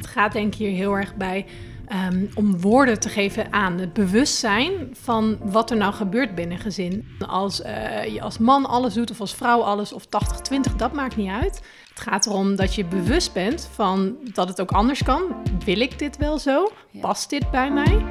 gaat denk ik hier heel erg bij om woorden te geven aan het bewustzijn van wat er nou gebeurt binnen een gezin. Als je als man alles doet of als vrouw alles of 80-20, dat maakt niet uit. Het gaat erom dat je bewust bent van dat het ook anders kan. Wil ik dit wel zo? Past dit bij mij?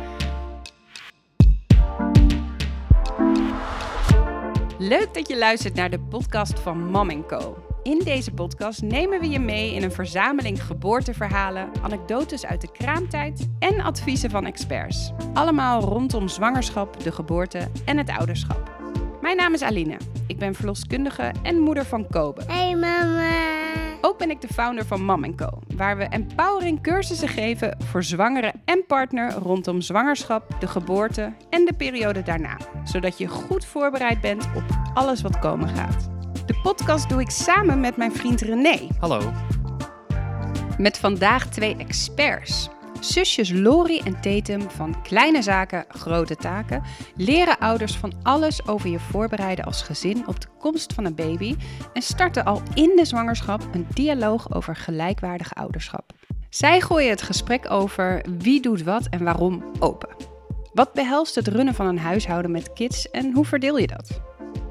Leuk dat je luistert naar de podcast van Mom & Co. In deze podcast nemen we je mee in een verzameling geboorteverhalen, anekdotes uit de kraamtijd en adviezen van experts. Allemaal rondom zwangerschap, de geboorte en het ouderschap. Mijn naam is Aline. Ik ben verloskundige en moeder van Kobe. Hey mama! Ook ben ik de founder van Mom & Co, waar we empowering cursussen geven voor zwangere en partner rondom zwangerschap, de geboorte en de periode daarna. Zodat je goed voorbereid bent op alles wat komen gaat. De podcast doe ik samen met mijn vriend René. Hallo. Met vandaag 2 experts. Zusjes Lori en Tatum van Kleine Zaken, Grote Taken leren ouders van alles over je voorbereiden als gezin op de komst van een baby en starten al in de zwangerschap een dialoog over gelijkwaardig ouderschap. Zij gooien het gesprek over wie doet wat en waarom open. Wat behelst het runnen van een huishouden met kids en hoe verdeel je dat?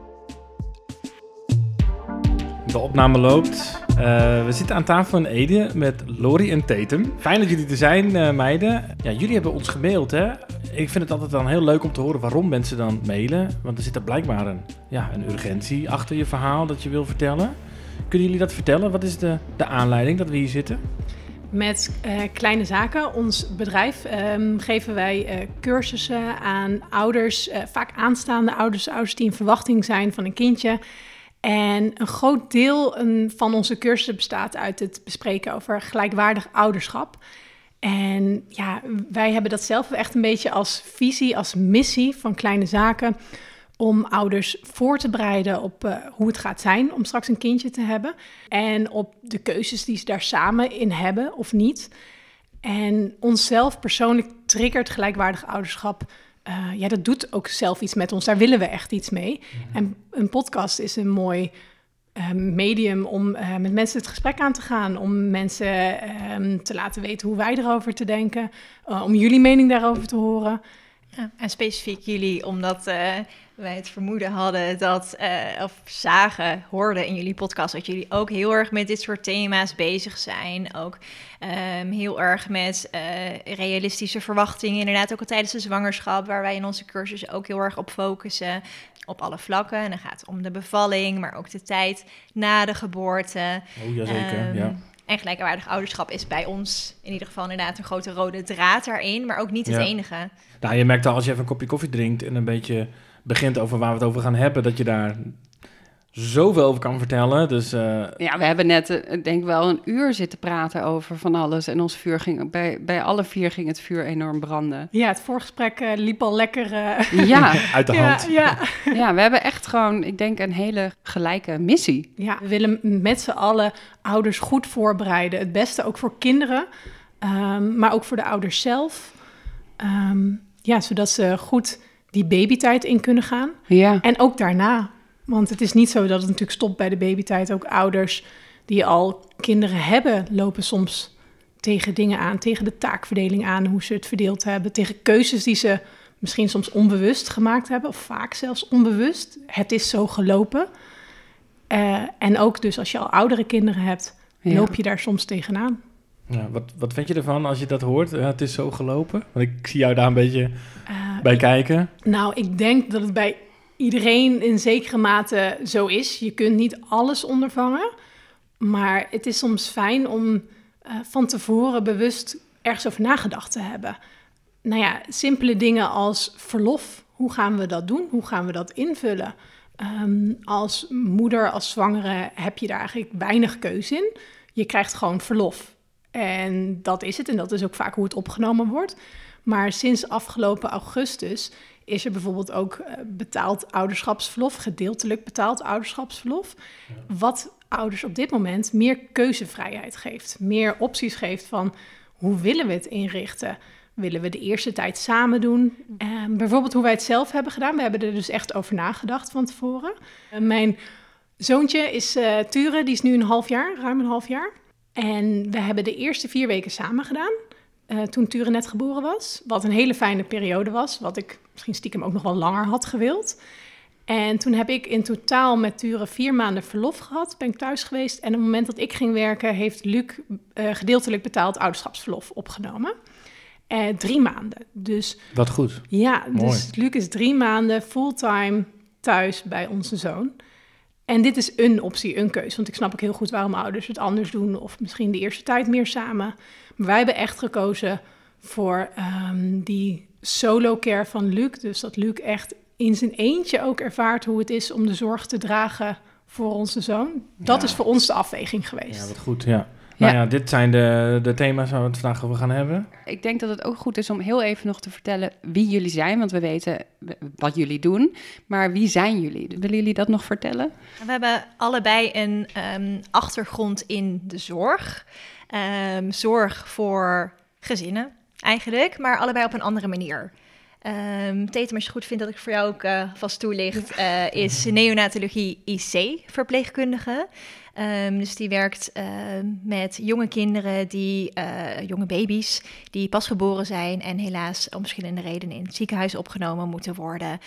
De opname loopt. We zitten aan tafel in Ede met Lori en Tatum. Fijn dat jullie er zijn, meiden. Ja, jullie hebben ons gemaild, hè? Ik vind het altijd dan heel leuk om te horen waarom mensen dan mailen. Want er zit er blijkbaar een urgentie achter je verhaal dat je wil vertellen. Kunnen jullie dat vertellen? Wat is de aanleiding dat we hier zitten? Met Kleine Zaken, ons bedrijf, geven wij cursussen aan ouders, vaak aanstaande ouders die in verwachting zijn van een kindje. En een groot deel van onze cursussen bestaat uit het bespreken over gelijkwaardig ouderschap. En ja, wij hebben dat zelf echt een beetje als visie, als missie van Kleine Zaken, om ouders voor te bereiden op hoe het gaat zijn om straks een kindje te hebben. En op de keuzes die ze daar samen in hebben of niet. En onszelf persoonlijk triggert gelijkwaardig ouderschap. Dat doet ook zelf iets met ons. Daar willen we echt iets mee. En een podcast is een mooi medium om met mensen het gesprek aan te gaan. Om mensen te laten weten hoe wij erover te denken. Om jullie mening daarover te horen. Ja, en specifiek jullie, omdat wij het vermoeden hadden dat, hoorden in jullie podcast, dat jullie ook heel erg met dit soort thema's bezig zijn. Ook heel erg met realistische verwachtingen, inderdaad ook al tijdens de zwangerschap, waar wij in onze cursus ook heel erg op focussen, op alle vlakken. En dan gaat het om de bevalling, maar ook de tijd na de geboorte. Oh, jazeker, ja. En gelijkwaardig ouderschap is bij ons in ieder geval inderdaad een grote rode draad daarin, maar ook niet het enige. Nou, je merkt al als je even een kopje koffie drinkt en een beetje begint over waar we het over gaan hebben, dat je daar zoveel over kan vertellen. Dus, Ja, we hebben net, denk ik wel, een uur zitten praten over van alles. En ons vuur ging, bij alle 4 ging het vuur enorm branden. Ja, het voorgesprek liep al lekker uit de hand. Ja. We hebben echt gewoon, ik denk, een hele gelijke missie. Ja, we willen met z'n allen ouders goed voorbereiden. Het beste ook voor kinderen, maar ook voor de ouders zelf. Zodat ze goed die babytijd in kunnen gaan. Ja. En ook daarna. Want het is niet zo dat het natuurlijk stopt bij de babytijd. Ook ouders die al kinderen hebben, lopen soms tegen dingen aan. Tegen de taakverdeling aan, hoe ze het verdeeld hebben. Tegen keuzes die ze misschien soms onbewust gemaakt hebben. Of vaak zelfs onbewust. Het is zo gelopen. En ook dus als je al oudere kinderen hebt, loop je daar soms tegenaan. Ja, wat vind je ervan als je dat hoort? Het is zo gelopen. Want ik zie jou daar een beetje bij kijken. Nou, ik denk dat het bij iedereen in zekere mate zo is. Je kunt niet alles ondervangen. Maar het is soms fijn om van tevoren bewust ergens over nagedacht te hebben. Nou ja, simpele dingen als verlof. Hoe gaan we dat doen? Hoe gaan we dat invullen? Als moeder, als zwangere heb je daar eigenlijk weinig keuze in. Je krijgt gewoon verlof. En dat is het. En dat is ook vaak hoe het opgenomen wordt. Maar sinds afgelopen augustus is er bijvoorbeeld ook betaald ouderschapsverlof, gedeeltelijk betaald ouderschapsverlof. Ja. Wat ouders op dit moment meer keuzevrijheid geeft. Meer opties geeft van hoe willen we het inrichten? Willen we de eerste tijd samen doen? Bijvoorbeeld hoe wij het zelf hebben gedaan. We hebben er dus echt over nagedacht van tevoren. Mijn zoontje is Ture, die is nu ruim een half jaar. En we hebben de eerste 4 weken samen gedaan, toen Ture net geboren was. Wat een hele fijne periode was, wat ik misschien stiekem ook nog wel langer had gewild. En toen heb ik in totaal met Ture 4 maanden verlof gehad, ben ik thuis geweest. En op het moment dat ik ging werken, heeft Luc gedeeltelijk betaald ouderschapsverlof opgenomen. 3 maanden. Dus, Wat goed. Ja, Mooi. dus Luc is 3 maanden fulltime thuis bij onze zoon. En dit is een optie, een keus. Want ik snap ook heel goed waarom ouders het anders doen. Of misschien de eerste tijd meer samen. Maar wij hebben echt gekozen voor die solo care van Luc. Dus dat Luc echt in zijn eentje ook ervaart hoe het is om de zorg te dragen voor onze zoon. Dat is voor ons de afweging geweest. Ja, wat goed, ja. Nou ja, dit zijn de thema's waar we het vandaag over gaan hebben. Ik denk dat het ook goed is om heel even nog te vertellen wie jullie zijn, want we weten wat jullie doen. Maar wie zijn jullie? Willen jullie dat nog vertellen? We hebben allebei een achtergrond in de zorg. Zorg voor gezinnen eigenlijk, maar allebei op een andere manier. Tatum, als je goed vindt dat ik voor jou ook vast toelicht, is neonatologie IC-verpleegkundige. Dus die werkt met jonge kinderen, jonge baby's, die pas geboren zijn en helaas om verschillende redenen in het ziekenhuis opgenomen moeten worden.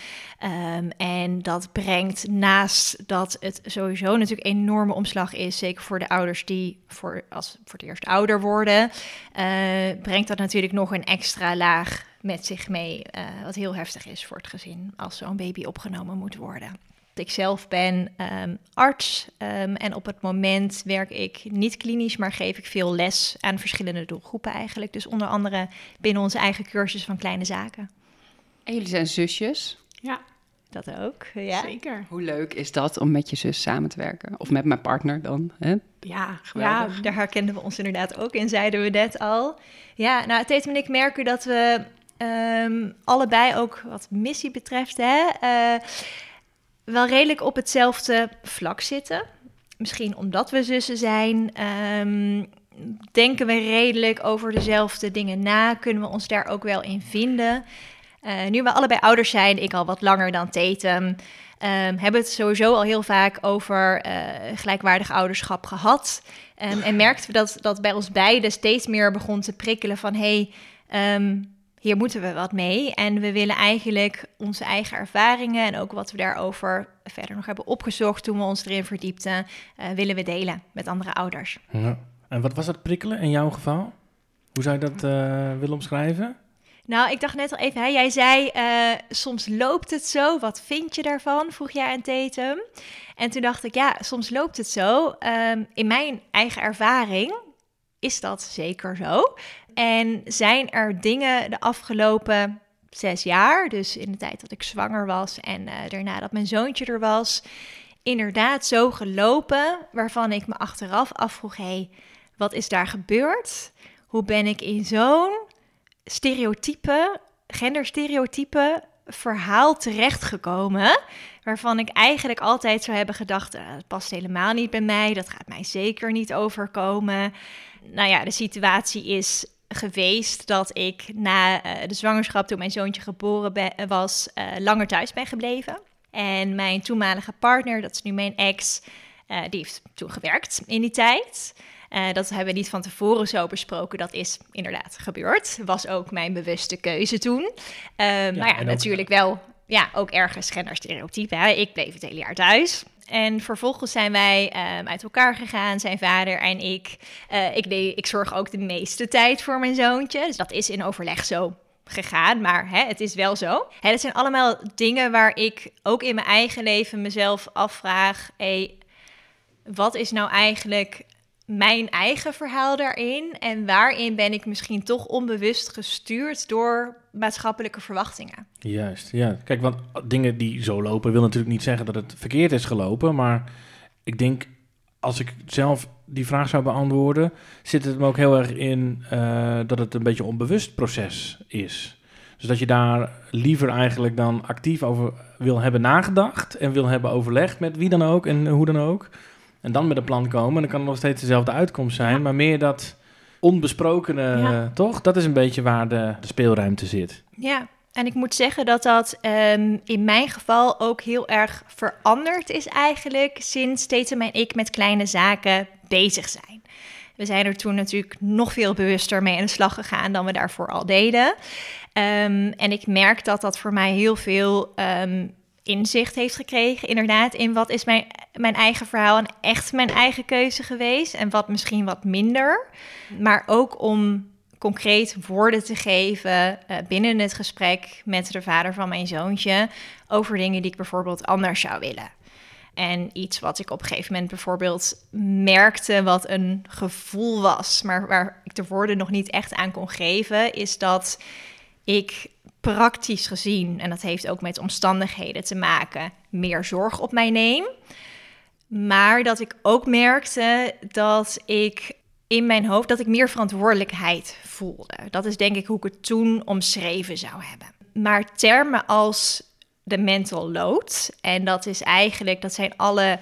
En dat brengt, naast dat het sowieso natuurlijk een enorme omslag is, zeker voor de ouders die voor het eerst ouder worden, brengt dat natuurlijk nog een extra laag met zich mee, wat heel heftig is voor het gezin als zo'n baby opgenomen moet worden. Ik zelf ben arts en op het moment werk ik niet klinisch, maar geef ik veel les aan verschillende doelgroepen eigenlijk. Dus onder andere binnen onze eigen cursus van kleine zaken. En jullie zijn zusjes. Ja, Dat ook, ja. zeker. Hoe leuk is dat om met je zus samen te werken? Of met mijn partner dan? Hè? Ja, Geweldig. ja, Daar herkenden we ons inderdaad ook in, zeiden we net al. Ja, nou, Tatum en ik merken dat we allebei ook wat missie betreft, wel redelijk op hetzelfde vlak zitten. Misschien omdat we zussen zijn, denken we redelijk over dezelfde dingen na. Kunnen we ons daar ook wel in vinden. Nu we allebei ouders zijn, ik al wat langer dan Tatum, hebben het sowieso al heel vaak over gelijkwaardig ouderschap gehad. En merkten we dat bij ons beiden steeds meer begon te prikkelen van hier moeten we wat mee. En we willen eigenlijk onze eigen ervaringen en ook wat we daarover verder nog hebben opgezocht toen we ons erin verdiepten, willen we delen met andere ouders. Ja. En wat was dat prikkelen in jouw geval? Hoe zou je dat willen omschrijven? Nou, ik dacht net al even, jij zei, soms loopt het zo. Wat vind je daarvan? Vroeg jij aan Tatum. En toen dacht ik, ja, soms loopt het zo. In mijn eigen ervaring is dat zeker zo. En zijn er dingen de afgelopen 6 jaar, dus in de tijd dat ik zwanger was en daarna dat mijn zoontje er was, inderdaad zo gelopen, waarvan ik me achteraf afvroeg, wat is daar gebeurd? Hoe ben ik in zo'n genderstereotype verhaal terechtgekomen, waarvan ik eigenlijk altijd zou hebben gedacht, het past helemaal niet bij mij, dat gaat mij zeker niet overkomen. Nou ja, de situatie is geweest dat ik na de zwangerschap, toen mijn zoontje geboren was, langer thuis ben gebleven. En mijn toenmalige partner, dat is nu mijn ex, die heeft toen gewerkt in die tijd. Dat hebben we niet van tevoren zo besproken. Dat is inderdaad gebeurd. Was ook mijn bewuste keuze toen. Natuurlijk wel, ook ergens genderstereotype. Ik bleef het hele jaar thuis. En vervolgens zijn wij uit elkaar gegaan, zijn vader en ik. Ik zorg ook de meeste tijd voor mijn zoontje. Dus dat is in overleg zo gegaan, maar het is wel zo. Dat zijn allemaal dingen waar ik ook in mijn eigen leven mezelf afvraag, wat is nou eigenlijk mijn eigen verhaal daarin? En waarin ben ik misschien toch onbewust gestuurd door maatschappelijke verwachtingen? Juist, ja. Kijk, want dingen die zo lopen wil natuurlijk niet zeggen dat het verkeerd is gelopen, maar ik denk, als ik zelf die vraag zou beantwoorden, zit het me ook heel erg in dat het een beetje een onbewust proces is. Dus dat je daar liever eigenlijk dan actief over wil hebben nagedacht en wil hebben overlegd met wie dan ook en hoe dan ook. En dan met een plan komen. En dan kan het nog steeds dezelfde uitkomst zijn. Maar meer dat onbesprokene, toch? Dat is een beetje waar de speelruimte zit. Ja, en ik moet zeggen dat in mijn geval ook heel erg veranderd is eigenlijk sinds Tatum en ik met kleine zaken bezig zijn. We zijn er toen natuurlijk nog veel bewuster mee aan de slag gegaan dan we daarvoor al deden. En ik merk dat voor mij heel veel inzicht heeft gekregen, inderdaad, in wat is mijn eigen verhaal en echt mijn eigen keuze geweest en wat misschien wat minder. Maar ook om concreet woorden te geven binnen het gesprek met de vader van mijn zoontje over dingen die ik bijvoorbeeld anders zou willen. En iets wat ik op een gegeven moment bijvoorbeeld merkte wat een gevoel was, maar waar ik de woorden nog niet echt aan kon geven, is dat ik praktisch gezien, en dat heeft ook met omstandigheden te maken, meer zorg op mij neem. Maar dat ik ook merkte dat ik in mijn hoofd dat ik meer verantwoordelijkheid voelde. Dat is denk ik hoe ik het toen omschreven zou hebben. Maar termen als de mental load, en dat zijn alle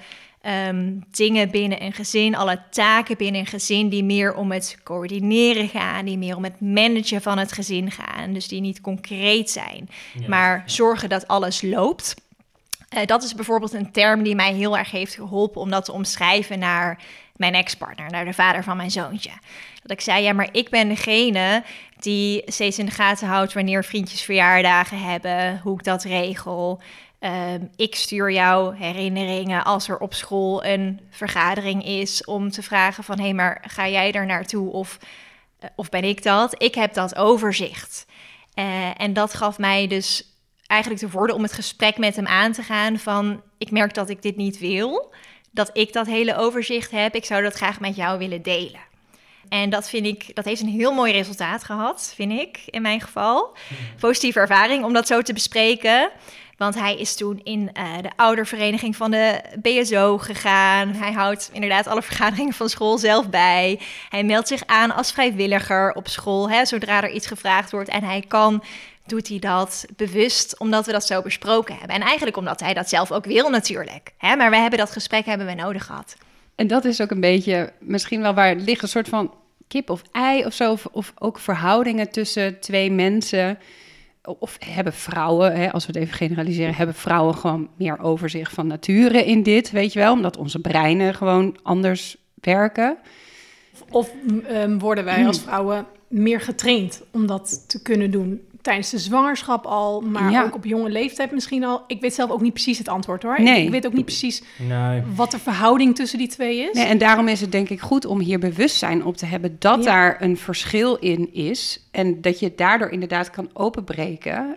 dingen binnen een gezin, alle taken binnen een gezin die meer om het coördineren gaan, die meer om het managen van het gezin gaan, dus die niet concreet zijn, maar zorgen dat alles loopt. Dat is bijvoorbeeld een term die mij heel erg heeft geholpen om dat te omschrijven naar mijn ex-partner, naar de vader van mijn zoontje. Dat ik zei, ja, maar ik ben degene die steeds in de gaten houdt wanneer vriendjes verjaardagen hebben, hoe ik dat regel. Ik stuur jou herinneringen als er op school een vergadering is om te vragen van, hé, maar ga jij er naartoe of ben ik dat? Ik heb dat overzicht. En dat gaf mij dus eigenlijk de woorden om het gesprek met hem aan te gaan van, ik merk dat ik dit niet wil, dat ik dat hele overzicht heb. Ik zou dat graag met jou willen delen. En dat heeft een heel mooi resultaat gehad, vind ik, in mijn geval. Positieve ervaring om dat zo te bespreken. Want hij is toen in de oudervereniging van de BSO gegaan. Hij houdt inderdaad alle vergaderingen van school zelf bij. Hij meldt zich aan als vrijwilliger op school, zodra er iets gevraagd wordt. En hij doet hij dat bewust, omdat we dat zo besproken hebben. En eigenlijk omdat hij dat zelf ook wil natuurlijk. Maar we hebben dat gesprek nodig gehad. En dat is ook een beetje misschien wel waar het ligt, een soort van kip of ei of zo. Of ook verhoudingen tussen twee mensen. Of hebben vrouwen, als we het even generaliseren, hebben vrouwen gewoon meer overzicht van nature in dit, weet je wel? Omdat onze breinen gewoon anders werken. Of worden wij als vrouwen meer getraind om dat te kunnen doen? Tijdens de zwangerschap al, maar ook op jonge leeftijd misschien al. Ik weet zelf ook niet precies het antwoord, hoor. Nee. Ik weet ook niet precies wat de verhouding tussen die twee is. Nee, en daarom is het denk ik goed om hier bewustzijn op te hebben dat daar een verschil in is. En dat je het daardoor inderdaad kan openbreken.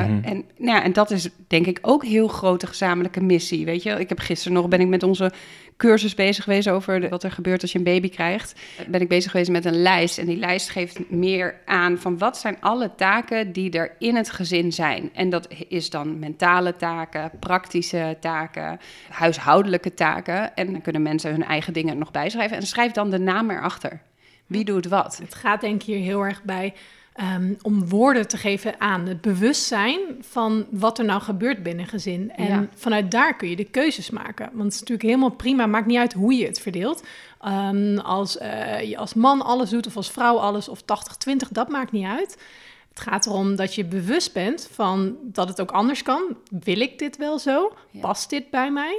En dat is denk ik ook een heel grote gezamenlijke missie. Weet je, ik heb gisteren ben ik met onze cursus bezig geweest over wat er gebeurt als je een baby krijgt. Ben ik bezig geweest met een lijst. En die lijst geeft meer aan van wat zijn alle taken die er in het gezin zijn. En dat is dan mentale taken, praktische taken, huishoudelijke taken. En dan kunnen mensen hun eigen dingen nog bijschrijven. En schrijf dan de naam erachter. Wie doet wat? Het gaat denk ik hier heel erg bij om woorden te geven aan het bewustzijn van wat er nou gebeurt binnen een gezin. En vanuit daar kun je de keuzes maken. Want het is natuurlijk helemaal prima, maakt niet uit hoe je het verdeelt. Als je als man alles doet of als vrouw alles of 80-20, dat maakt niet uit. Het gaat erom dat je bewust bent van dat het ook anders kan. Wil ik dit wel zo? Past dit bij mij?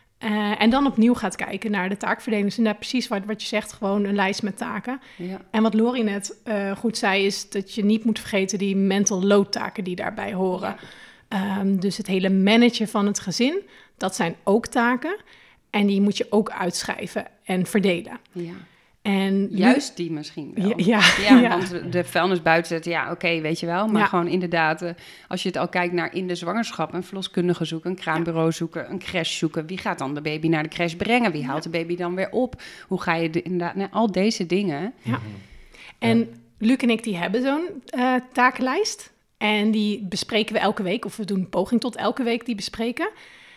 En dan opnieuw gaat kijken naar de taakverdeling. Dus inderdaad precies wat je zegt, gewoon een lijst met taken. Ja. En wat Lori net goed zei, is dat je niet moet vergeten die mental load taken die daarbij horen. Ja. Dus het hele managen van het gezin, dat zijn ook taken. En die moet je ook uitschrijven en verdelen. Ja. En juist die misschien wel. Want de vuilnis buiten zetten, oké, weet je wel. Maar gewoon inderdaad, als je het al kijkt naar in de zwangerschap, een verloskundige zoeken, een kraambureau zoeken, een crash zoeken. Wie gaat dan de baby naar de crash brengen? Wie haalt de baby dan weer op? Hoe ga je inderdaad, al deze dingen. Ja. En Luc en ik, die hebben zo'n takenlijst. En die bespreken we elke week, of we doen een poging tot elke week die bespreken.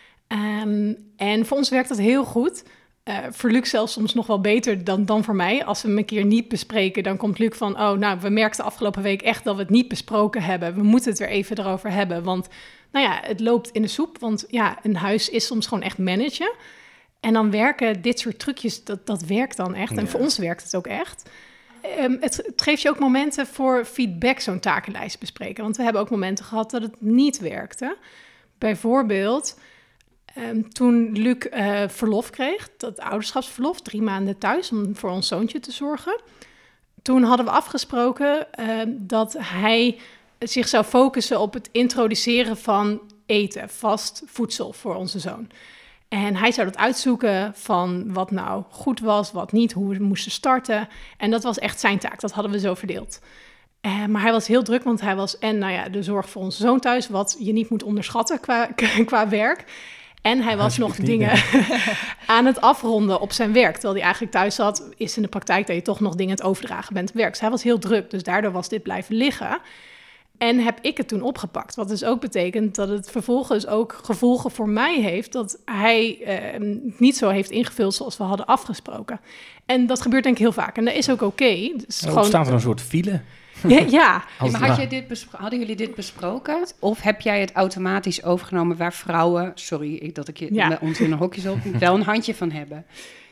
En voor ons werkt dat heel goed. Voor Luc zelfs soms nog wel beter dan voor mij. Als we hem een keer niet bespreken, dan komt Luc van, we merkten afgelopen week echt dat we het niet besproken hebben. We moeten het er even erover hebben, want het loopt in de soep. Want een huis is soms gewoon echt managen. En dan werken dit soort trucjes, dat werkt dan echt. En voor ons werkt het ook echt. Het geeft je ook momenten voor feedback, zo'n takenlijst bespreken. Want we hebben ook momenten gehad dat het niet werkte. Bijvoorbeeld, Toen Luc verlof kreeg, dat ouderschapsverlof, 3 maanden thuis om voor ons zoontje te zorgen. Toen hadden we afgesproken dat hij zich zou focussen op het introduceren van eten, vast voedsel voor onze zoon. En hij zou dat uitzoeken van wat nou goed was, wat niet, hoe we moesten starten. En dat was echt zijn taak, dat hadden we zo verdeeld. Maar hij was heel druk, want hij was de zorg voor onze zoon thuis, wat je niet moet onderschatten qua werk. En hij was nog dingen aan het afronden op zijn werk. Terwijl hij eigenlijk thuis zat, is in de praktijk dat je toch nog dingen aan het overdragen bent op werk. Dus hij was heel druk, dus daardoor was dit blijven liggen. En heb ik het toen opgepakt. Wat dus ook betekent dat het vervolgens ook gevolgen voor mij heeft, dat hij niet zo heeft ingevuld zoals we hadden afgesproken. En dat gebeurt denk ik heel vaak. En dat is ook oké. Dus gewoon staat er een soort file. Ja. Maar hadden jullie dit besproken? Of heb jij het automatisch overgenomen waar vrouwen, sorry dat ik je bij ons in een hokjes op, wel een handje van hebben?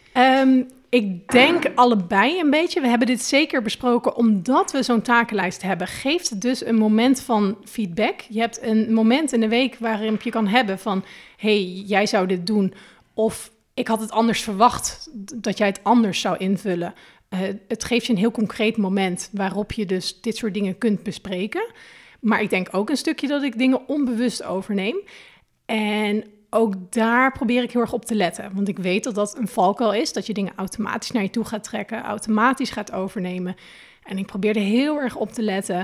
Ik denk allebei een beetje. We hebben dit zeker besproken omdat we zo'n takenlijst hebben. Geeft het dus een moment van feedback. Je hebt een moment in de week waarin je kan hebben van, hey, jij zou dit doen. Of ik had het anders verwacht dat jij het anders zou invullen. Het geeft je een heel concreet moment waarop je dus dit soort dingen kunt bespreken. Maar ik denk ook een stukje dat ik dingen onbewust overneem. En ook daar probeer ik heel erg op te letten. Want ik weet dat dat een valkuil is, dat je dingen automatisch naar je toe gaat trekken, automatisch gaat overnemen. En ik probeer er heel erg op te letten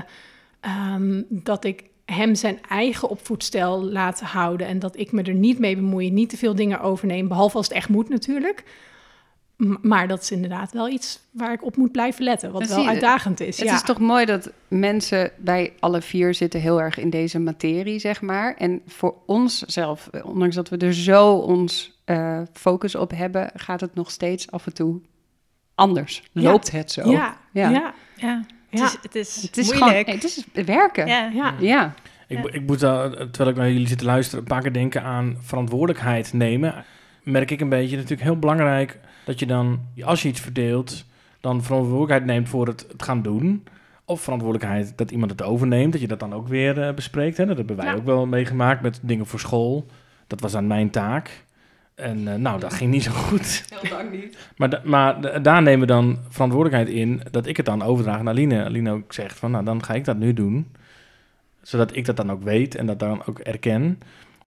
dat ik hem zijn eigen opvoedstijl laat houden en dat ik me er niet mee bemoei, niet te veel dingen overneem, behalve als het echt moet natuurlijk. Maar dat is inderdaad wel iets waar ik op moet blijven letten, wat wel uitdagend is. Het is toch mooi dat mensen, wij alle 4 zitten heel erg in deze materie, zeg maar. En voor ons zelf, ondanks dat we er zo ons focus op hebben, gaat het nog steeds af en toe anders. Loopt het zo? Ja. Het is moeilijk. Gewoon, het is werken. Ja. Ik moet, terwijl ik naar jullie zit te luisteren, een paar keer denken aan verantwoordelijkheid nemen. Merk ik een beetje, natuurlijk heel belangrijk dat je dan, als je iets verdeelt, dan verantwoordelijkheid neemt voor het gaan doen. Of verantwoordelijkheid dat iemand het overneemt, dat je dat dan ook weer bespreekt. Hè? Dat hebben wij ook wel meegemaakt met dingen voor school. Dat was aan mijn taak. En dat ging niet zo goed. Heel lang niet. Maar daar nemen we dan verantwoordelijkheid in dat ik het dan overdraag naar Aline. Aline ook zegt van, dan ga ik dat nu doen. Zodat ik dat dan ook weet en dat dan ook erken.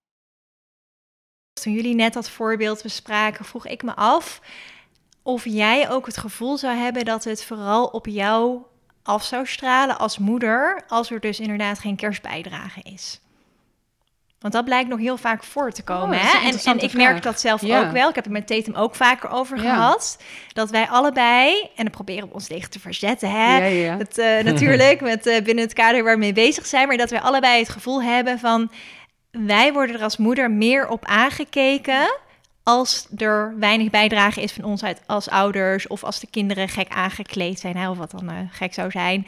Toen jullie net dat voorbeeld bespraken, vroeg ik me af of jij ook het gevoel zou hebben dat het vooral op jou af zou stralen als moeder, als er dus inderdaad geen kerstbijdrage is. Want dat blijkt nog heel vaak voor te komen. En ik merk dat zelf ook wel. Ik heb het met Tatum ook vaker over gehad. Dat wij allebei, en dan proberen we ons tegen te verzetten. Het, natuurlijk, met binnen het kader waar we mee bezig zijn. Maar dat wij allebei het gevoel hebben van, wij worden er als moeder meer op aangekeken als er weinig bijdrage is van ons uit als ouders, of als de kinderen gek aangekleed zijn, of wat dan gek zou zijn.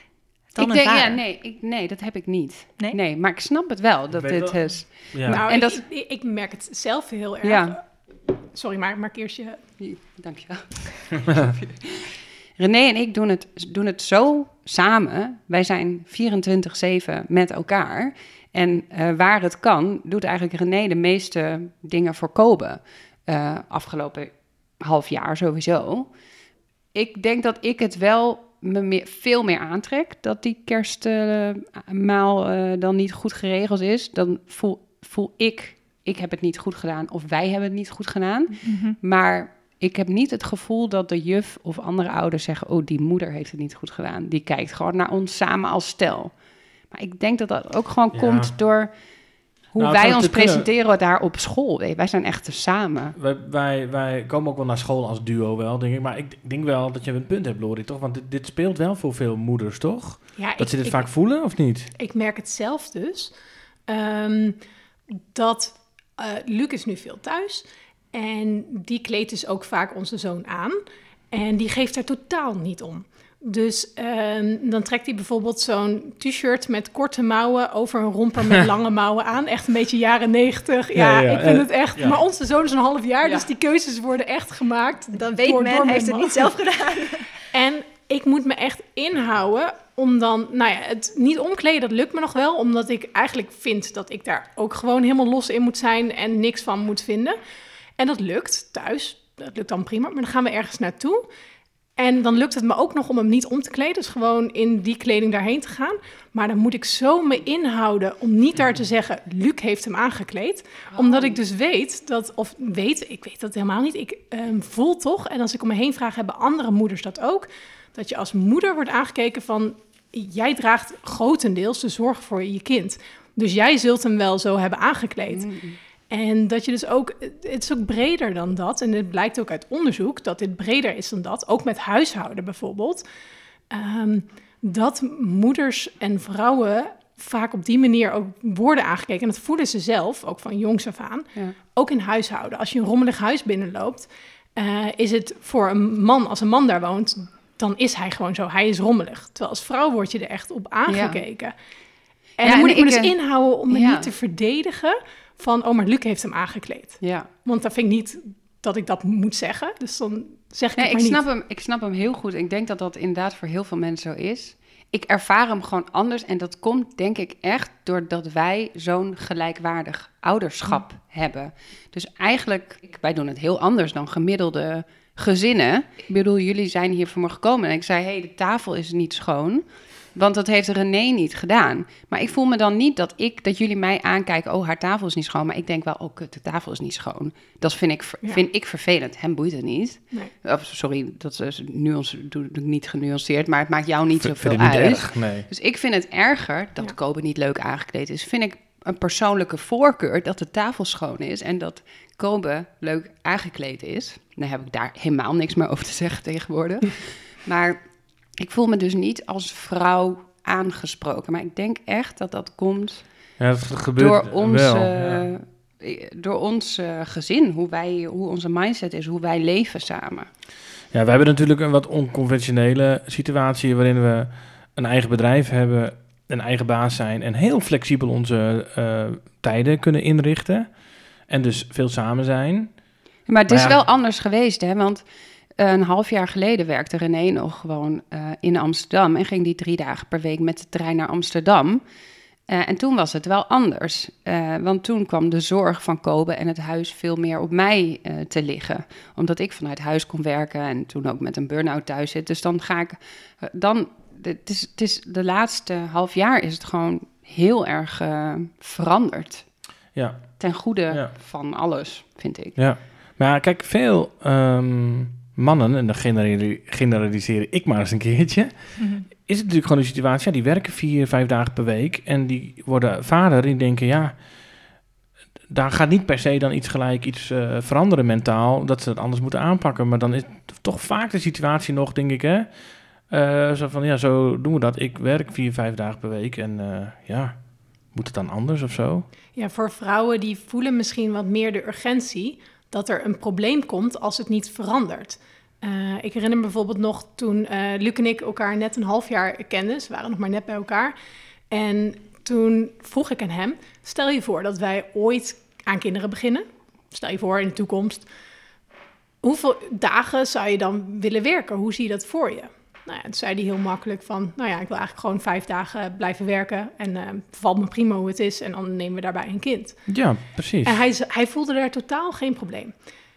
Nee, dat heb ik niet. Nee, maar ik snap het wel dat dit is. Ja. Nou, en ik merk het zelf heel erg. Ja. Sorry, maar maak eerst je. Dank je wel. René en ik doen het zo samen. Wij zijn 24/7 met elkaar. En waar het kan, doet eigenlijk René de meeste dingen voor Kobe. Afgelopen half jaar sowieso. Ik denk dat ik het wel veel meer aantrek, dat die kerstmaal dan niet goed geregeld is. Dan voel ik heb het niet goed gedaan of wij hebben het niet goed gedaan. Mm-hmm. Maar ik heb niet het gevoel dat de juf of andere ouders zeggen, oh, die moeder heeft het niet goed gedaan. Die kijkt gewoon naar ons samen als stel. Maar ik denk dat dat ook gewoon komt door hoe wij ons presenteren daar op school. Wij zijn echt samen. Wij komen ook wel naar school als duo wel, denk ik. Maar ik denk wel dat je een punt hebt, Lori, toch? Want dit speelt wel voor veel moeders, toch? Ja, dat ze dit vaak voelen, of niet? Ik merk het zelf dus. Dat Luc is nu veel thuis. En die kleedt dus ook vaak onze zoon aan. En die geeft er totaal niet om. Dus dan trekt hij bijvoorbeeld zo'n t-shirt met korte mouwen over een romper met lange mouwen aan. Echt een beetje jaren 90. Ja, ik vind het echt. Ja. Maar onze zoon is een half jaar, dus die keuzes worden echt gemaakt. Dan weet men, heeft het niet zelf gedaan. En ik moet me echt inhouden om dan, het niet omkleden, dat lukt me nog wel, omdat ik eigenlijk vind dat ik daar ook gewoon helemaal los in moet zijn en niks van moet vinden. En dat lukt thuis, dat lukt dan prima, maar dan gaan we ergens naartoe. En dan lukt het me ook nog om hem niet om te kleden, dus gewoon in die kleding daarheen te gaan. Maar dan moet ik zo me inhouden om niet daar te zeggen, Luc heeft hem aangekleed. Omdat ik dus weet, ik weet dat helemaal niet, ik voel toch, en als ik om me heen vraag, hebben andere moeders dat ook, dat je als moeder wordt aangekeken van, jij draagt grotendeels de zorg voor je kind. Dus jij zult hem wel zo hebben aangekleed. En dat je dus ook, het is ook breder dan dat. En het blijkt ook uit onderzoek dat dit breder is dan dat. Ook met huishouden bijvoorbeeld. Dat moeders en vrouwen vaak op die manier ook worden aangekeken. En dat voelen ze zelf, ook van jongs af aan. Ja. Ook in huishouden. Als je een rommelig huis binnenloopt, is het voor een man, als een man daar woont, dan is hij gewoon zo. Hij is rommelig. Terwijl als vrouw word je er echt op aangekeken. Ja. En dan moet ik me dus inhouden om me niet te verdedigen van, maar Luc heeft hem aangekleed. Ja. Want dan vind ik niet dat ik dat moet zeggen. Dus dan zeg ik het maar niet. Ik snap hem heel goed. Ik denk dat dat inderdaad voor heel veel mensen zo is. Ik ervaar hem gewoon anders. En dat komt denk ik echt doordat wij zo'n gelijkwaardig ouderschap hebben. Dus eigenlijk, wij doen het heel anders dan gemiddelde gezinnen. Ik bedoel, jullie zijn hier voor me gekomen en ik zei, de tafel is niet schoon. Want dat heeft René niet gedaan. Maar ik voel me dan niet dat jullie mij aankijken, haar tafel is niet schoon. Maar ik denk wel, de tafel is niet schoon. Dat vind ik vervelend. Hem boeit het niet. Nee. Sorry, dat is doe ik niet genuanceerd, maar het maakt jou niet zoveel uit. Erg, nee. Dus ik vind het erger dat Kobe niet leuk aangekleed is. Vind ik een persoonlijke voorkeur dat de tafel schoon is en dat Kobe leuk aangekleed is. Dan heb ik daar helemaal niks meer over te zeggen tegenwoordig. Maar ik voel me dus niet als vrouw aangesproken. Maar ik denk echt dat dat komt door ons gezin. Hoe onze mindset is, hoe wij leven samen. Ja, we hebben natuurlijk een wat onconventionele situatie waarin we een eigen bedrijf hebben, een eigen baas zijn en heel flexibel onze tijden kunnen inrichten. En dus veel samen zijn. Maar het is wel anders geweest, hè? Want een half jaar geleden werkte René nog gewoon in Amsterdam en ging die 3 dagen per week met de trein naar Amsterdam. En toen was het wel anders, want toen kwam de zorg van Kobe en het huis veel meer op mij te liggen. Omdat ik vanuit huis kon werken en toen ook met een burn-out thuis zit. Dus dan ga ik, het is de laatste half jaar is het gewoon heel erg veranderd. Ja. Ten goede van alles, vind ik. Ja, maar kijk, veel mannen, en dan generaliseer ik maar eens een keertje, is het natuurlijk gewoon een situatie, die werken 4-5 dagen per week en die worden vader en die denken, daar gaat niet per se dan iets veranderen mentaal, dat ze het anders moeten aanpakken, maar dan is toch vaak de situatie nog, denk ik, zo van, zo doen we dat. Ik werk 4-5 dagen per week en moet het dan anders of zo? Ja, voor vrouwen die voelen misschien wat meer de urgentie dat er een probleem komt als het niet verandert. Ik herinner me bijvoorbeeld nog toen Luc en ik elkaar net een half jaar kenden. Ze waren nog maar net bij elkaar. En toen vroeg ik aan hem, stel je voor dat wij ooit aan kinderen beginnen. Stel je voor in de toekomst. Hoeveel dagen zou je dan willen werken? Hoe zie je dat voor je? Nou ja, toen zei hij heel makkelijk van, ik wil eigenlijk gewoon 5 dagen blijven werken. En valt me prima hoe het is en dan nemen we daarbij een kind. Ja, precies. En hij voelde daar totaal geen probleem.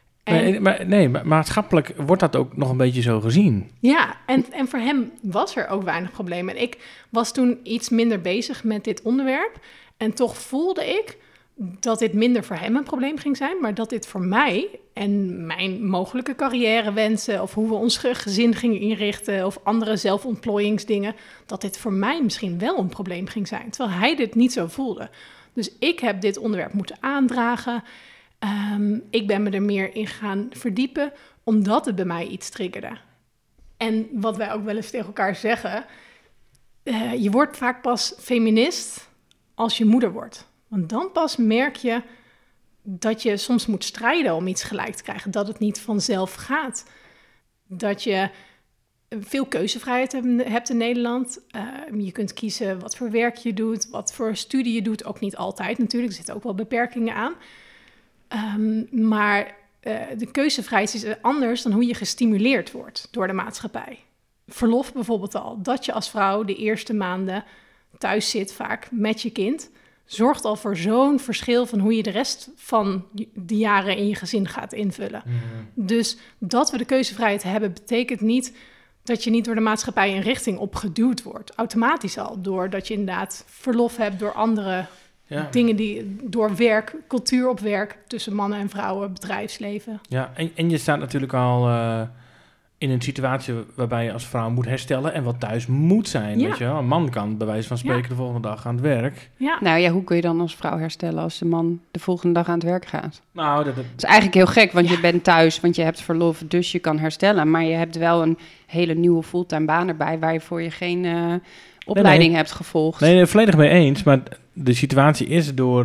Maar maatschappelijk wordt dat ook nog een beetje zo gezien. Ja, en voor hem was er ook weinig probleem. En ik was toen iets minder bezig met dit onderwerp. En toch voelde ik dat dit minder voor hem een probleem ging zijn, maar dat dit voor mij en mijn mogelijke carrièrewensen of hoe we ons gezin gingen inrichten of andere zelfontplooiingsdingen, dat dit voor mij misschien wel een probleem ging zijn, terwijl hij dit niet zo voelde. Dus ik heb dit onderwerp moeten aandragen. Ik ben me er meer in gaan verdiepen, omdat het bij mij iets triggerde. En wat wij ook wel eens tegen elkaar zeggen, je wordt vaak pas feminist als je moeder wordt. Want dan pas merk je dat je soms moet strijden om iets gelijk te krijgen. Dat het niet vanzelf gaat. Dat je veel keuzevrijheid hebt in Nederland. Je kunt kiezen wat voor werk je doet, wat voor studie je doet. Ook niet altijd natuurlijk, er zitten ook wel beperkingen aan. Maar de keuzevrijheid is anders dan hoe je gestimuleerd wordt door de maatschappij. verlof bijvoorbeeld al. Dat je als vrouw de eerste maanden thuis zit vaak met je kind, zorgt al voor zo'n verschil van hoe je de rest van de jaren in je gezin gaat invullen. Dus dat we de keuzevrijheid hebben, betekent niet dat je niet door de maatschappij een richting op geduwd wordt. Automatisch al, doordat je inderdaad verlof hebt door andere dingen die door werk, cultuur op werk, tussen mannen en vrouwen, bedrijfsleven. Ja, en je staat natuurlijk al in een situatie waarbij je als vrouw moet herstellen en wat thuis moet zijn. Ja. Weet je wel? Een man kan bij wijze van spreken de volgende dag aan het werk. Ja. Nou ja, hoe kun je dan als vrouw herstellen als de man de volgende dag aan het werk gaat? Nou, dat Het is eigenlijk heel gek, want je bent thuis, want je hebt verlof, dus je kan herstellen. Maar je hebt wel een hele nieuwe fulltime baan erbij, waarvoor je geen opleiding hebt gevolgd. Nee, volledig mee eens. Maar de situatie is door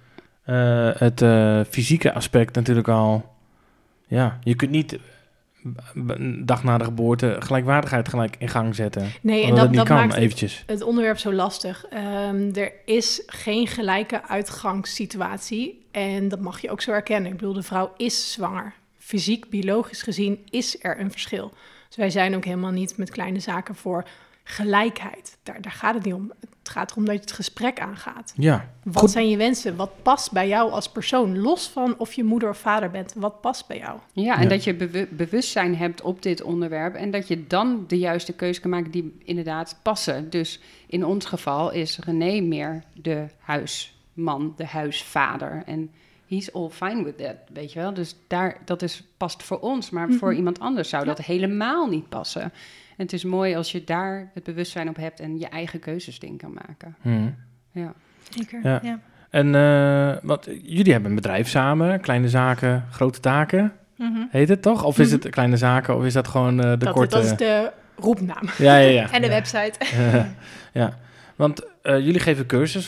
het fysieke aspect natuurlijk al... Ja, je kunt niet een dag na de geboorte gelijkwaardigheid gelijk in gang zetten. Nee, en Omdat het dat niet kan, maakt eventjes. het onderwerp zo lastig. Er is geen gelijke uitgangssituatie en dat mag je ook zo erkennen. Ik bedoel, de vrouw is zwanger. Fysiek, biologisch gezien is er een verschil. Dus wij zijn ook helemaal niet met kleine zaken voor gelijkheid. Daar gaat het niet om. Het gaat erom dat je het gesprek aangaat. Ja. Wat zijn je wensen? Wat past bij jou als persoon? Los van of je moeder of vader bent. Wat past bij jou? Ja, en dat je bewustzijn hebt op dit onderwerp en dat je dan de juiste keuze kan maken die inderdaad passen. Dus in ons geval is René meer de huisman, de huisvader. En he's all fine with that, weet je wel. Dus past voor ons, maar voor iemand anders zou dat helemaal niet passen. En het is mooi als je daar het bewustzijn op hebt en je eigen keuzes in kan maken. Ja. Zeker, Ja. En jullie hebben een bedrijf samen, kleine zaken, grote taken, heet het toch? Of is het kleine zaken, of is dat gewoon de korte... Dat is de roepnaam. Ja. En de website. Ja, want jullie geven cursus.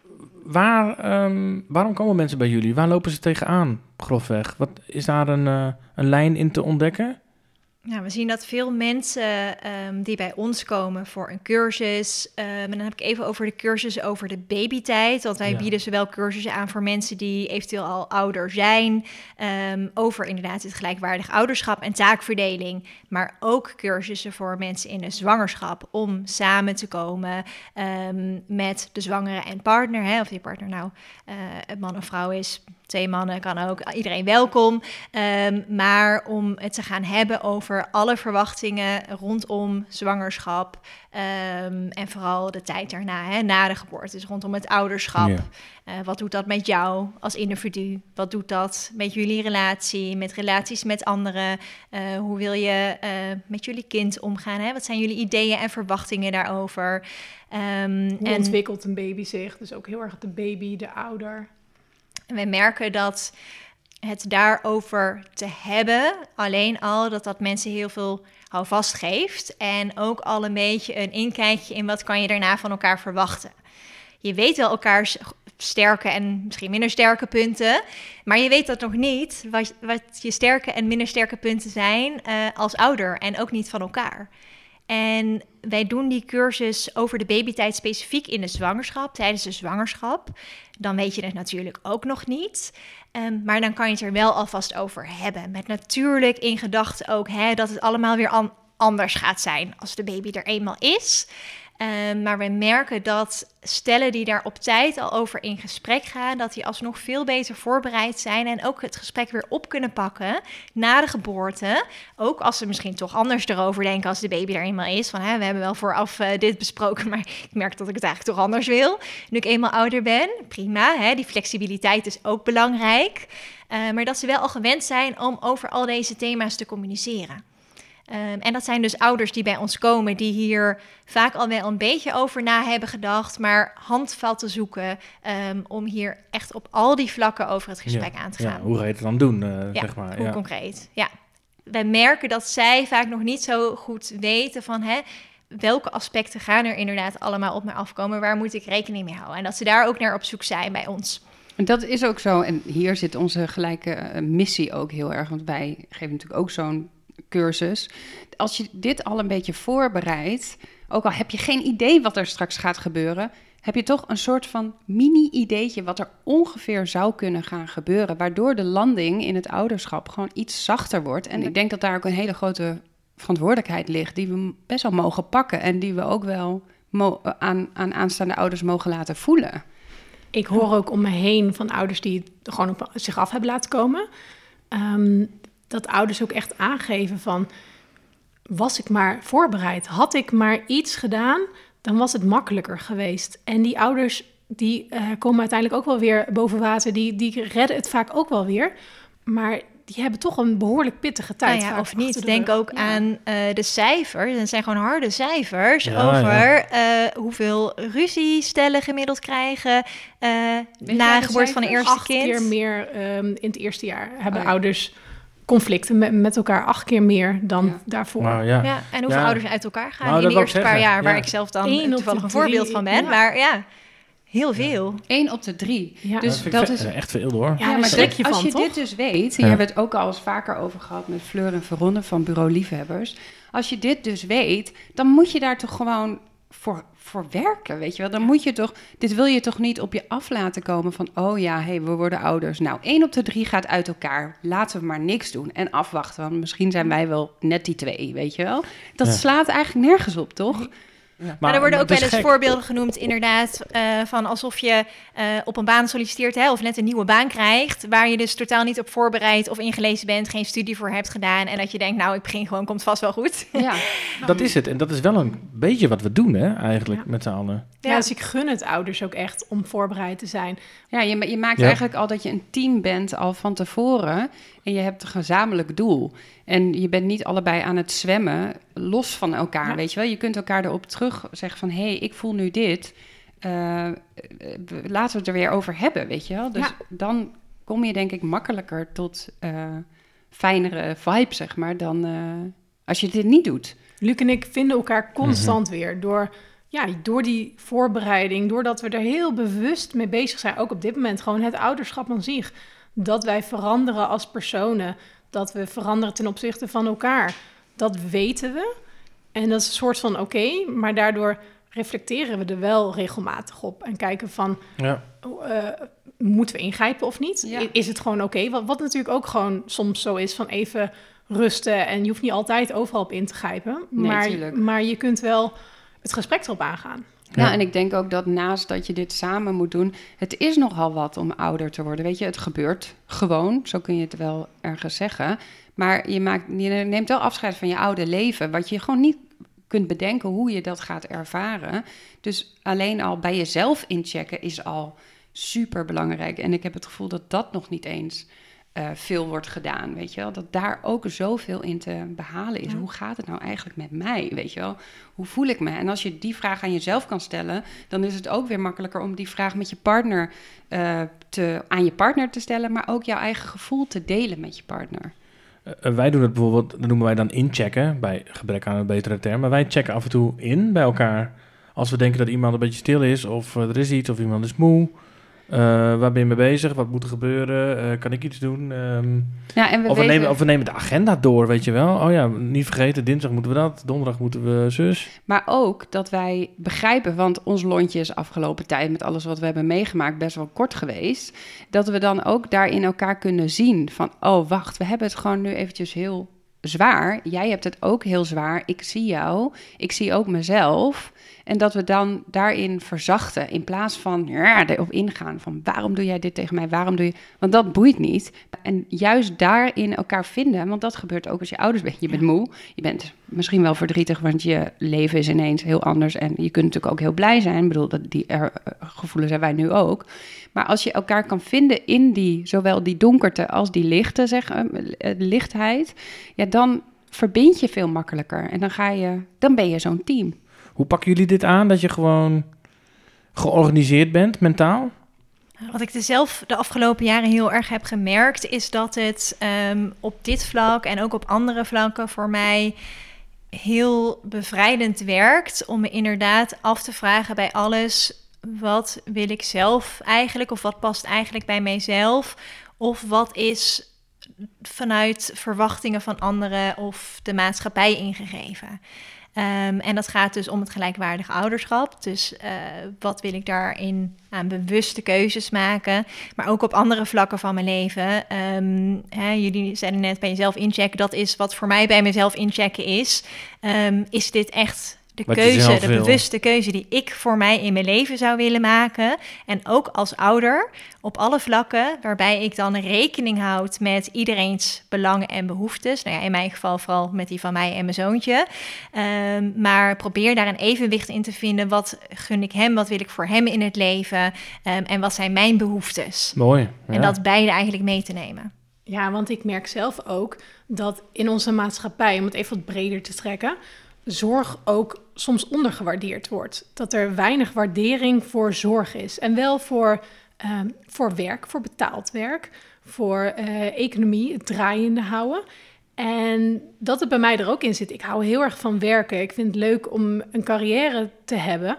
Waarom komen mensen bij jullie? Waar lopen ze tegenaan, grofweg? Is daar een lijn in te ontdekken? Nou, we zien dat veel mensen die bij ons komen voor een cursus... en dan heb ik even over de cursus over de babytijd. Want wij bieden zowel cursussen aan voor mensen die eventueel al ouder zijn... over inderdaad het gelijkwaardig ouderschap en taakverdeling. Maar ook cursussen voor mensen in de zwangerschap... om samen te komen met de zwangere en partner. Hè, of die partner nou een man of vrouw is... 2 mannen kan ook, iedereen welkom. Maar om het te gaan hebben over alle verwachtingen rondom zwangerschap. En vooral de tijd daarna, na de geboorte. Dus rondom het ouderschap. Ja. Wat doet dat met jou als individu? Wat doet dat met jullie relatie, met relaties met anderen? Hoe wil je met jullie kind omgaan? Hè? Wat zijn jullie ideeën en verwachtingen daarover? Hoe ontwikkelt een baby zich? Dus ook heel erg de baby, de ouder... En wij merken dat het daarover te hebben, alleen al dat mensen heel veel houvast geeft. En ook al een beetje een inkijkje in wat kan je daarna van elkaar verwachten. Je weet wel elkaars sterke en misschien minder sterke punten, maar je weet dat nog niet, wat je sterke en minder sterke punten zijn als ouder en ook niet van elkaar. En wij doen die cursus over de babytijd specifiek in de zwangerschap, tijdens de zwangerschap. Dan weet je het natuurlijk ook nog niet. Maar dan kan je het er wel alvast over hebben. Met natuurlijk in gedachten ook dat het allemaal weer anders gaat zijn als de baby er eenmaal is. Maar we merken dat stellen die daar op tijd al over in gesprek gaan, dat die alsnog veel beter voorbereid zijn en ook het gesprek weer op kunnen pakken na de geboorte. Ook als ze misschien toch anders erover denken als de baby er eenmaal is. Van, we hebben wel vooraf dit besproken, maar ik merk dat ik het eigenlijk toch anders wil. Nu ik eenmaal ouder ben, prima. Die flexibiliteit is ook belangrijk. Maar dat ze wel al gewend zijn om over al deze thema's te communiceren. En dat zijn dus ouders die bij ons komen, die hier vaak al wel een beetje over na hebben gedacht, maar handvatten zoeken om hier echt op al die vlakken over het gesprek aan te gaan. Ja, hoe ga je het dan doen, zeg maar. Hoe concreet. Ja, wij merken dat zij vaak nog niet zo goed weten van welke aspecten gaan er inderdaad allemaal op me afkomen, waar moet ik rekening mee houden? En dat ze daar ook naar op zoek zijn bij ons. En dat is ook zo, en hier zit onze gelijke missie ook heel erg, want wij geven natuurlijk ook zo'n cursus. Als je dit al een beetje voorbereidt, ook al heb je geen idee wat er straks gaat gebeuren, heb je toch een soort van mini-ideetje wat er ongeveer zou kunnen gaan gebeuren, waardoor de landing in het ouderschap gewoon iets zachter wordt. En ik denk dat daar ook een hele grote verantwoordelijkheid ligt, die we best wel mogen pakken en die we ook wel aan aanstaande ouders mogen laten voelen. Ik hoor ook om me heen van ouders die het gewoon op zich af hebben laten komen. Dat ouders ook echt aangeven van, was ik maar voorbereid, had ik maar iets gedaan, dan was het makkelijker geweest. En die ouders die komen uiteindelijk ook wel weer boven water, die redden het vaak ook wel weer. Maar die hebben toch een behoorlijk pittige tijd. Nou ja, of niet. Denk ook aan de cijfers. Het zijn gewoon harde cijfers over hoeveel ruzie stellen gemiddeld krijgen na geboorte van een eerste 8 kind. 8 keer meer in het eerste jaar hebben ouders conflicten met elkaar, 8 keer meer dan daarvoor. Nou, Ja, en hoeveel ouders uit elkaar gaan in de eerste paar jaar, waar ik zelf dan toevallig een voorbeeld van ben. Maar heel veel. 1 op de 3. Ja. Dus dat is echt veel hoor. Ja, maar schrik je als van, je toch? dit dus weet, hier hebben we het ook al eens vaker over gehad met Fleur en Veronne van Bureau Liefhebbers. Als je dit dus weet, dan moet je daar toch gewoon voor werken, weet je wel. Dan moet je toch, dit wil je toch niet op je af laten komen van, we worden ouders. Nou, 1 op de 3 gaat uit elkaar. Laten we maar niks doen en afwachten, want misschien zijn wij wel net die 2, weet je wel. Dat slaat eigenlijk nergens op, toch? Ja. Maar er worden ook wel eens voorbeelden genoemd, inderdaad, van alsof je op een baan solliciteert, of net een nieuwe baan krijgt, waar je dus totaal niet op voorbereid of ingelezen bent, geen studie voor hebt gedaan en dat je denkt, nou, ik begin gewoon, komt vast wel goed. Ja. Dat is het. En dat is wel een beetje wat we doen, hè, eigenlijk, met z'n allen. Ja, dus ik gun het ouders ook echt om voorbereid te zijn. Ja, je maakt eigenlijk al dat je een team bent al van tevoren en je hebt een gezamenlijk doel. En je bent niet allebei aan het zwemmen, los van elkaar, weet je wel. Je kunt elkaar erop terug zeggen van, ik voel nu dit. Laten we het er weer over hebben, weet je wel. Dus dan kom je denk ik makkelijker tot fijnere vibe, zeg maar, dan als je dit niet doet. Luc en ik vinden elkaar constant weer door die voorbereiding, doordat we er heel bewust mee bezig zijn, ook op dit moment gewoon het ouderschap aan zich. Dat wij veranderen als personen, dat we veranderen ten opzichte van elkaar. Dat weten we. En dat is een soort van maar daardoor reflecteren we er wel regelmatig op. En kijken van, moeten we ingrijpen of niet? Ja. Is het gewoon oké? Wat natuurlijk ook gewoon soms zo is van even rusten. En je hoeft niet altijd overal op in te grijpen. Maar je kunt wel het gesprek erop aangaan. Ja, en ik denk ook dat naast dat je dit samen moet doen, het is nogal wat om ouder te worden. Weet je, het gebeurt gewoon, zo kun je het wel ergens zeggen. Maar je neemt wel afscheid van je oude leven, wat je gewoon niet kunt bedenken hoe je dat gaat ervaren. Dus alleen al bij jezelf inchecken is al super belangrijk. En ik heb het gevoel dat dat nog niet eens veel wordt gedaan, weet je wel. Dat daar ook zoveel in te behalen is. Ja. Hoe gaat het nou eigenlijk met mij, weet je wel? Hoe voel ik me? En als je die vraag aan jezelf kan stellen, dan is het ook weer makkelijker om die vraag met je partner aan je partner te stellen, maar ook jouw eigen gevoel te delen met je partner. Wij doen het bijvoorbeeld, dat noemen wij dan inchecken, bij gebrek aan een betere term, maar wij checken af en toe in bij elkaar. Als we denken dat iemand een beetje stil is, of er is iets, of iemand is moe. Waar ben je mee bezig? Wat moet er gebeuren? Kan ik iets doen? Of we nemen de agenda door, weet je wel. Oh ja, niet vergeten, dinsdag moeten we dat. Donderdag moeten we zus. Maar ook dat wij begrijpen, want ons lontje is afgelopen tijd met alles wat we hebben meegemaakt best wel kort geweest. Dat we dan ook daarin elkaar kunnen zien van, oh wacht, we hebben het gewoon nu eventjes heel zwaar. Jij hebt het ook heel zwaar. Ik zie jou. Ik zie ook mezelf. En dat we dan daarin verzachten in plaats van erop ingaan van waarom doe jij dit tegen mij? Waarom doe je... Want dat boeit niet. En juist daarin elkaar vinden, want dat gebeurt ook als je ouders bent. Je bent moe, je bent misschien wel verdrietig, want je leven is ineens heel anders. En je kunt natuurlijk ook heel blij zijn. Ik bedoel, die gevoelens hebben wij nu ook. Maar als je elkaar kan vinden in zowel die donkerte als die lichtheid, ja, dan verbind je veel makkelijker. En dan ben je zo'n team. Hoe pakken jullie dit aan, dat je gewoon georganiseerd bent, mentaal? Wat ik zelf de afgelopen jaren heel erg heb gemerkt, is dat het op dit vlak en ook op andere vlakken voor mij heel bevrijdend werkt om me inderdaad af te vragen bij alles, wat wil ik zelf eigenlijk, of wat past eigenlijk bij mijzelf, of wat is vanuit verwachtingen van anderen of de maatschappij ingegeven. En dat gaat dus om het gelijkwaardig ouderschap. Dus wat wil ik daarin aan bewuste keuzes maken, maar ook op andere vlakken van mijn leven. Jullie zeiden net bij jezelf inchecken, dat is wat voor mij bij mezelf inchecken is. Is dit echt de keuze, de bewuste keuze die ik voor mij in mijn leven zou willen maken? En ook als ouder, op alle vlakken, waarbij ik dan rekening houd met iedereen's belangen en behoeftes. Nou ja, in mijn geval vooral met die van mij en mijn zoontje. Maar probeer daar een evenwicht in te vinden. Wat gun ik hem? Wat wil ik voor hem in het leven? En wat zijn mijn behoeftes? Mooi. Ja. En dat beide eigenlijk mee te nemen. Ja, want ik merk zelf ook dat in onze maatschappij, om het even wat breder te trekken, zorg ook soms ondergewaardeerd wordt. Dat er weinig waardering voor zorg is. En wel voor werk, voor betaald werk, voor economie, het draaiende houden. En dat het bij mij er ook in zit. Ik hou heel erg van werken. Ik vind het leuk om een carrière te hebben.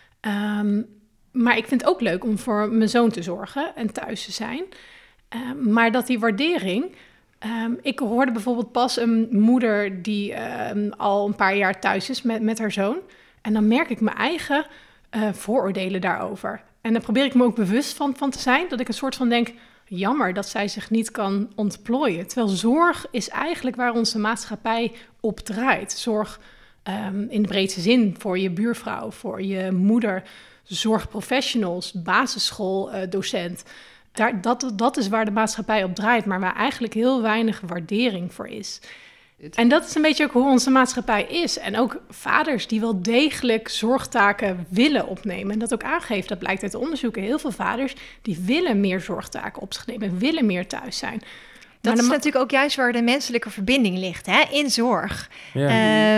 Maar ik vind het ook leuk om voor mijn zoon te zorgen en thuis te zijn. Maar dat die waardering... ik hoorde bijvoorbeeld pas een moeder die al een paar jaar thuis is met haar zoon. En dan merk ik mijn eigen vooroordelen daarover. En dan probeer ik me ook bewust van te zijn. Dat ik een soort van denk, jammer dat zij zich niet kan ontplooien. Terwijl zorg is eigenlijk waar onze maatschappij op draait. Zorg in de breedste zin voor je buurvrouw, voor je moeder, zorgprofessionals, basisschooldocent. Dat is waar de maatschappij op draait, maar waar eigenlijk heel weinig waardering voor is. En dat is een beetje ook hoe onze maatschappij is. En ook vaders die wel degelijk zorgtaken willen opnemen. En dat ook aangeeft, dat blijkt uit onderzoeken. Heel veel vaders die willen meer zorgtaken op zich nemen, willen meer thuis zijn. Dat is natuurlijk ook juist waar de menselijke verbinding ligt, hè? In zorg. Ja.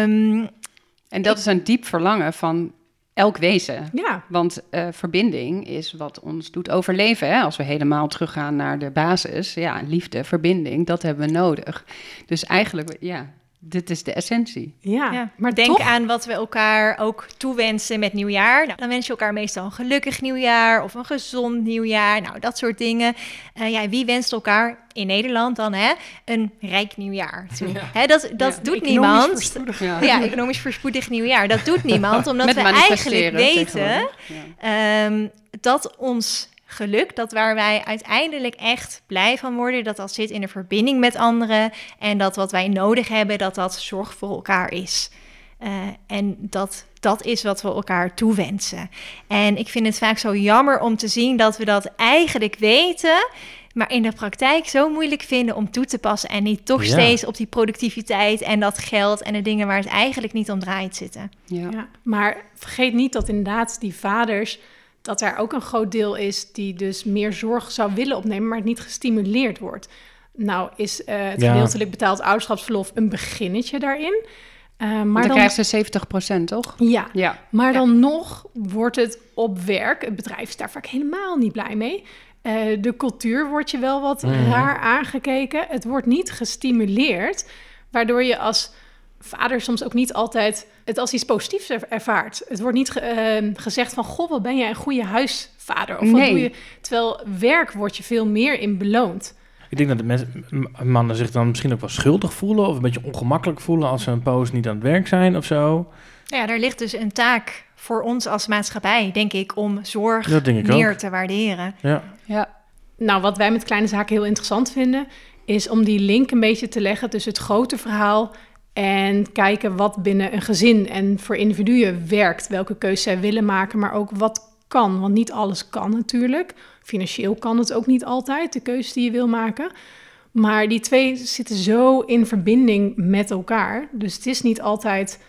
En dat is een diep verlangen van elk wezen. Ja. Want verbinding is wat ons doet overleven. Hè? Als we helemaal teruggaan naar de basis. Ja, liefde, verbinding, dat hebben we nodig. Dus eigenlijk, ja, dit is de essentie. Ja, maar denk aan wat we elkaar ook toewensen met nieuwjaar. Nou, dan wens je elkaar meestal een gelukkig nieuwjaar of een gezond nieuwjaar. Nou, dat soort dingen. Wie wenst elkaar in Nederland dan een rijk nieuwjaar toe? Ja. Dat doet niemand. Economisch voorspoedig nieuwjaar. Dat doet niemand, omdat we eigenlijk weten dat ons geluk, dat waar wij uiteindelijk echt blij van worden, dat zit in de verbinding met anderen en dat wat wij nodig hebben, dat zorg voor elkaar is. En dat is wat we elkaar toewensen. En ik vind het vaak zo jammer om te zien dat we dat eigenlijk weten, maar in de praktijk zo moeilijk vinden om toe te passen en niet toch steeds op die productiviteit en dat geld en de dingen waar het eigenlijk niet om draait zitten. Ja, maar vergeet niet dat inderdaad die vaders, dat er ook een groot deel is die dus meer zorg zou willen opnemen, maar het niet gestimuleerd wordt. Nou is het gedeeltelijk betaald ouderschapsverlof een beginnetje daarin. Maar dan krijgen ze 70%, toch? Ja. Maar dan nog wordt het op werk, het bedrijf is daar vaak helemaal niet blij mee. De cultuur wordt je wel wat raar aangekeken. Het wordt niet gestimuleerd, waardoor je als vader soms ook niet altijd het als iets positiefs ervaart. Het wordt niet gezegd van, goh, wat ben jij een goede huisvader? Of wat doe je? Terwijl werk wordt je veel meer in beloond. Ik denk dat de mannen zich dan misschien ook wel schuldig voelen of een beetje ongemakkelijk voelen als ze een poos niet aan het werk zijn of zo. Ja, daar ligt dus een taak voor ons als maatschappij, denk ik, om zorg meer te waarderen. Ja. Nou, wat wij met Kleine Zaken heel interessant vinden, is om die link een beetje te leggen tussen het grote verhaal en kijken wat binnen een gezin en voor individuen werkt, welke keuzes zij willen maken, maar ook wat kan. Want niet alles kan natuurlijk. Financieel kan het ook niet altijd, de keuzes die je wil maken. Maar die twee zitten zo in verbinding met elkaar. Dus het is niet altijd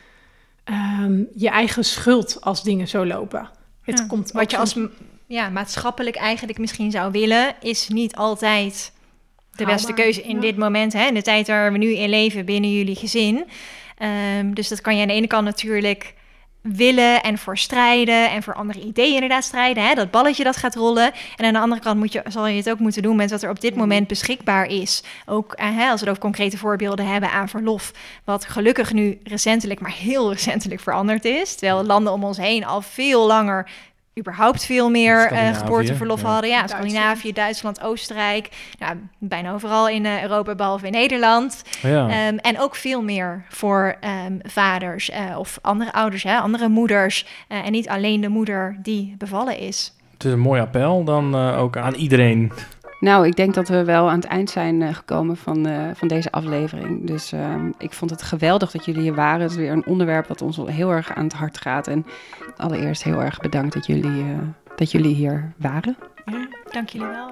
je eigen schuld als dingen zo lopen. Het komt wat je als maatschappelijk eigenlijk misschien zou willen, is niet altijd de beste keuze in dit moment. Hè? In de tijd waar we nu in leven binnen jullie gezin. Dus dat kan je aan de ene kant natuurlijk willen en voor strijden en voor andere ideeën inderdaad strijden. Hè? Dat balletje dat gaat rollen. En aan de andere kant zal je het ook moeten doen met wat er op dit moment beschikbaar is. Ook als we het over concrete voorbeelden hebben aan verlof. Wat gelukkig nu recentelijk, maar heel recentelijk veranderd is. Terwijl landen om ons heen al veel langer überhaupt veel meer Scandinavië, geboorteverlof hadden. Ja, Duitsland. Scandinavië, Duitsland, Oostenrijk. Nou, bijna overal in Europa, behalve in Nederland. Ja. En ook veel meer voor vaders of andere ouders, andere moeders. En niet alleen de moeder die bevallen is. Het is een mooi appel dan ook aan iedereen. Nou, ik denk dat we wel aan het eind zijn gekomen van deze aflevering. Dus ik vond het geweldig dat jullie hier waren. Het is weer een onderwerp dat ons heel erg aan het hart gaat. En allereerst heel erg bedankt dat jullie hier waren. Ja. Dank jullie wel.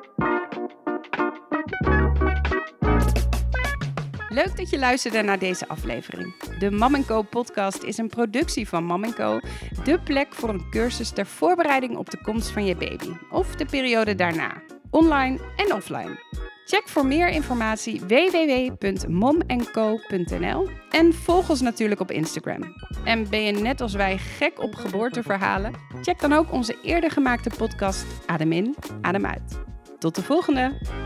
Leuk dat je luisterde naar deze aflevering. De Mom & Co podcast is een productie van Mom & Co. De plek voor een cursus ter voorbereiding op de komst van je baby. Of de periode daarna. Online en offline. Check voor meer informatie www.momandco.nl en volg ons natuurlijk op Instagram. En ben je net als wij gek op geboorteverhalen? Check dan ook onze eerder gemaakte podcast Adem in, Adem uit. Tot de volgende!